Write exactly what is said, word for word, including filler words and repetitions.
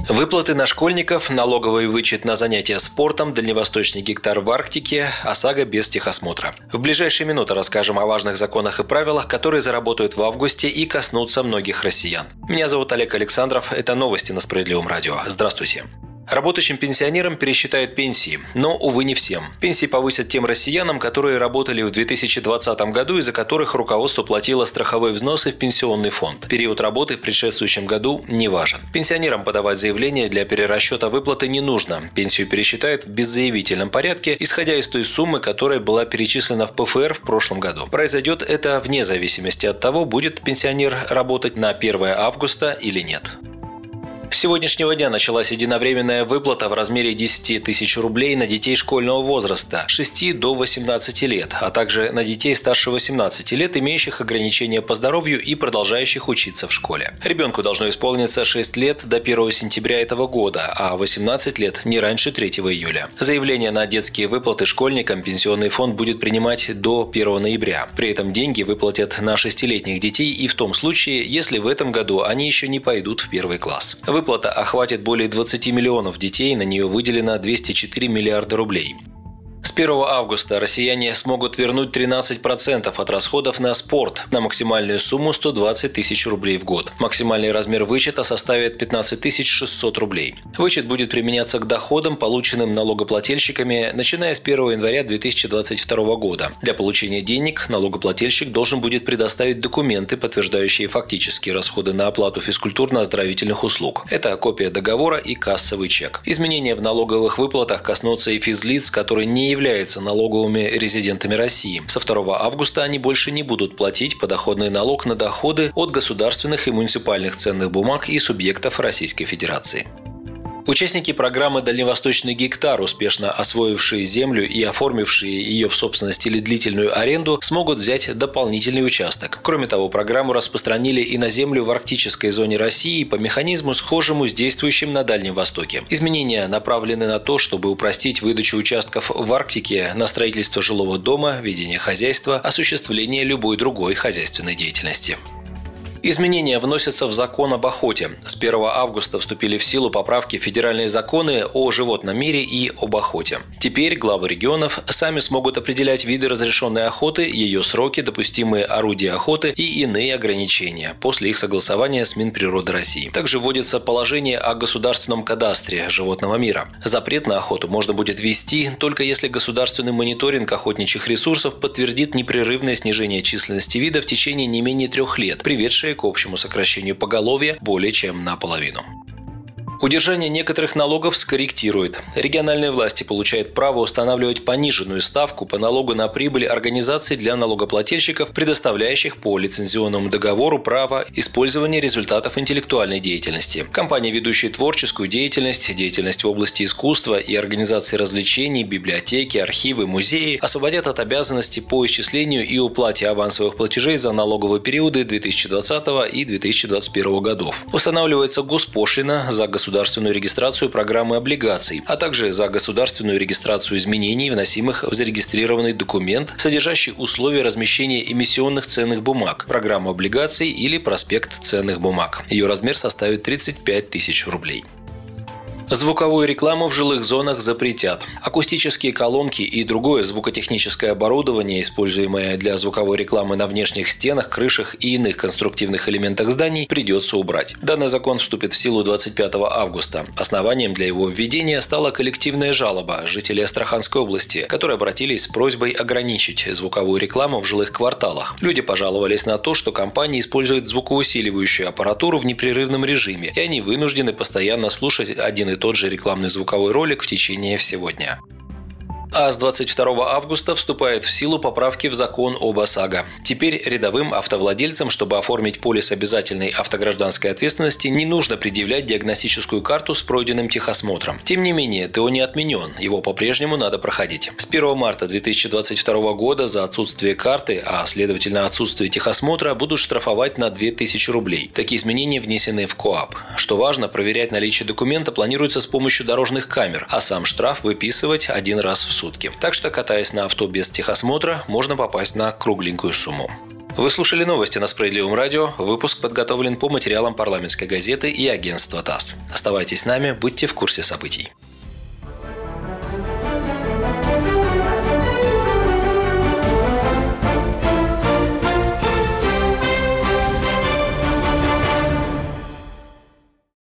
Выплаты на школьников, налоговый вычет на занятия спортом, дальневосточный гектар в Арктике, ОСАГО без техосмотра. В ближайшие минуты расскажем о важных законах и правилах, которые заработают в августе и коснутся многих россиян. Меня зовут Олег Александров, это новости на Справедливом радио. Здравствуйте. Работающим пенсионерам пересчитают пенсии, но, увы, не всем. Пенсии повысят тем россиянам, которые работали в две тысячи двадцатом году и за которых руководство платило страховые взносы в пенсионный фонд. Период работы в предшествующем году не важен. Пенсионерам подавать заявление для перерасчета выплаты не нужно. Пенсию пересчитают в беззаявительном порядке, исходя из той суммы, которая была перечислена в ПФР в прошлом году. Произойдет это вне зависимости от того, будет пенсионер работать на первое августа или нет. С сегодняшнего дня началась единовременная выплата в размере десять тысяч рублей на детей школьного возраста с шести до восемнадцати лет, а также на детей старше восемнадцати лет, имеющих ограничения по здоровью и продолжающих учиться в школе. Ребенку должно исполниться шесть лет до первого сентября этого года, а восемнадцать лет не раньше третьего июля. Заявление на детские выплаты школьникам Пенсионный фонд будет принимать до первого ноября. При этом деньги выплатят на шестилетних детей и в том случае, если в этом году они еще не пойдут в первый класс. Выплата охватит более двадцати миллионов детей, на нее выделено двести четыре миллиарда рублей. С первого августа россияне смогут вернуть тринадцать процентов от расходов на спорт на максимальную сумму сто двадцать тысяч рублей в год. Максимальный размер вычета составит пятнадцать тысяч шестьсот рублей. Вычет будет применяться к доходам, полученным налогоплательщиками, начиная с первого января две тысячи двадцать второго года. Для получения денег налогоплательщик должен будет предоставить документы, подтверждающие фактические расходы на оплату физкультурно-оздоровительных услуг. Это копия договора и кассовый чек. Изменения в налоговых выплатах коснутся и физлиц, которые не являются налоговыми резидентами России. Со второго августа они больше не будут платить подоходный налог на доходы от государственных и муниципальных ценных бумаг и субъектов Российской Федерации. Участники программы «Дальневосточный гектар», успешно освоившие землю и оформившие ее в собственность или длительную аренду, смогут взять дополнительный участок. Кроме того, программу распространили и на землю в арктической зоне России по механизму, схожему с действующим на Дальнем Востоке. Изменения направлены на то, чтобы упростить выдачу участков в Арктике на строительство жилого дома, ведение хозяйства, осуществление любой другой хозяйственной деятельности. Изменения вносятся в закон об охоте. С первого августа вступили в силу поправки в федеральные законы о животном мире и об охоте. Теперь главы регионов сами смогут определять виды разрешенной охоты, ее сроки, допустимые орудия охоты и иные ограничения после их согласования с Минприроды России. Также вводится положение о государственном кадастре животного мира. Запрет на охоту можно будет ввести только если государственный мониторинг охотничьих ресурсов подтвердит непрерывное снижение численности вида в течение не менее трех лет, приведшее к общему сокращению поголовья более чем наполовину. Удержание некоторых налогов скорректирует. Региональные власти получают право устанавливать пониженную ставку по налогу на прибыль организаций для налогоплательщиков, предоставляющих по лицензионному договору право использования результатов интеллектуальной деятельности. Компании, ведущие творческую деятельность, деятельность в области искусства и организации развлечений, библиотеки, архивы, музеи освободят от обязанности по исчислению и уплате авансовых платежей за налоговые периоды две тысячи двадцатого и две тысячи двадцать первого годов. Устанавливается госпошлина за государственную государственную регистрацию программы облигаций, а также за государственную регистрацию изменений, вносимых в зарегистрированный документ, содержащий условия размещения эмиссионных ценных бумаг, программу облигаций или проспект ценных бумаг. Ее размер составит тридцать пять тысяч рублей. Звуковую рекламу в жилых зонах запретят. Акустические колонки и другое звукотехническое оборудование, используемое для звуковой рекламы на внешних стенах, крышах и иных конструктивных элементах зданий, придется убрать. Данный закон вступит в силу двадцать пятого августа. Основанием для его введения стала коллективная жалоба жителей Астраханской области, которые обратились с просьбой ограничить звуковую рекламу в жилых кварталах. Люди пожаловались на то, что компания использует звукоусиливающую аппаратуру в непрерывном режиме, и они вынуждены постоянно слушать один и тот же рекламный звуковой ролик в течение всего дня. А с двадцать второго августа вступают в силу поправки в закон об ОСАГО. Теперь рядовым автовладельцам, чтобы оформить полис обязательной автогражданской ответственности, не нужно предъявлять диагностическую карту с пройденным техосмотром. Тем не менее, ТО не отменен, его по-прежнему надо проходить. С первого марта две тысячи двадцать второго года за отсутствие карты, а следовательно отсутствие техосмотра, будут штрафовать на две тысячи рублей. Такие изменения внесены в КоАП. Что важно, проверять наличие документа планируется с помощью дорожных камер, а сам штраф выписывать один раз в сутки. Так что, катаясь на авто без техосмотра, можно попасть на кругленькую сумму. Вы слушали новости на Справедливом радио. Выпуск подготовлен по материалам парламентской газеты и агентства ТАСС. Оставайтесь с нами, будьте в курсе событий.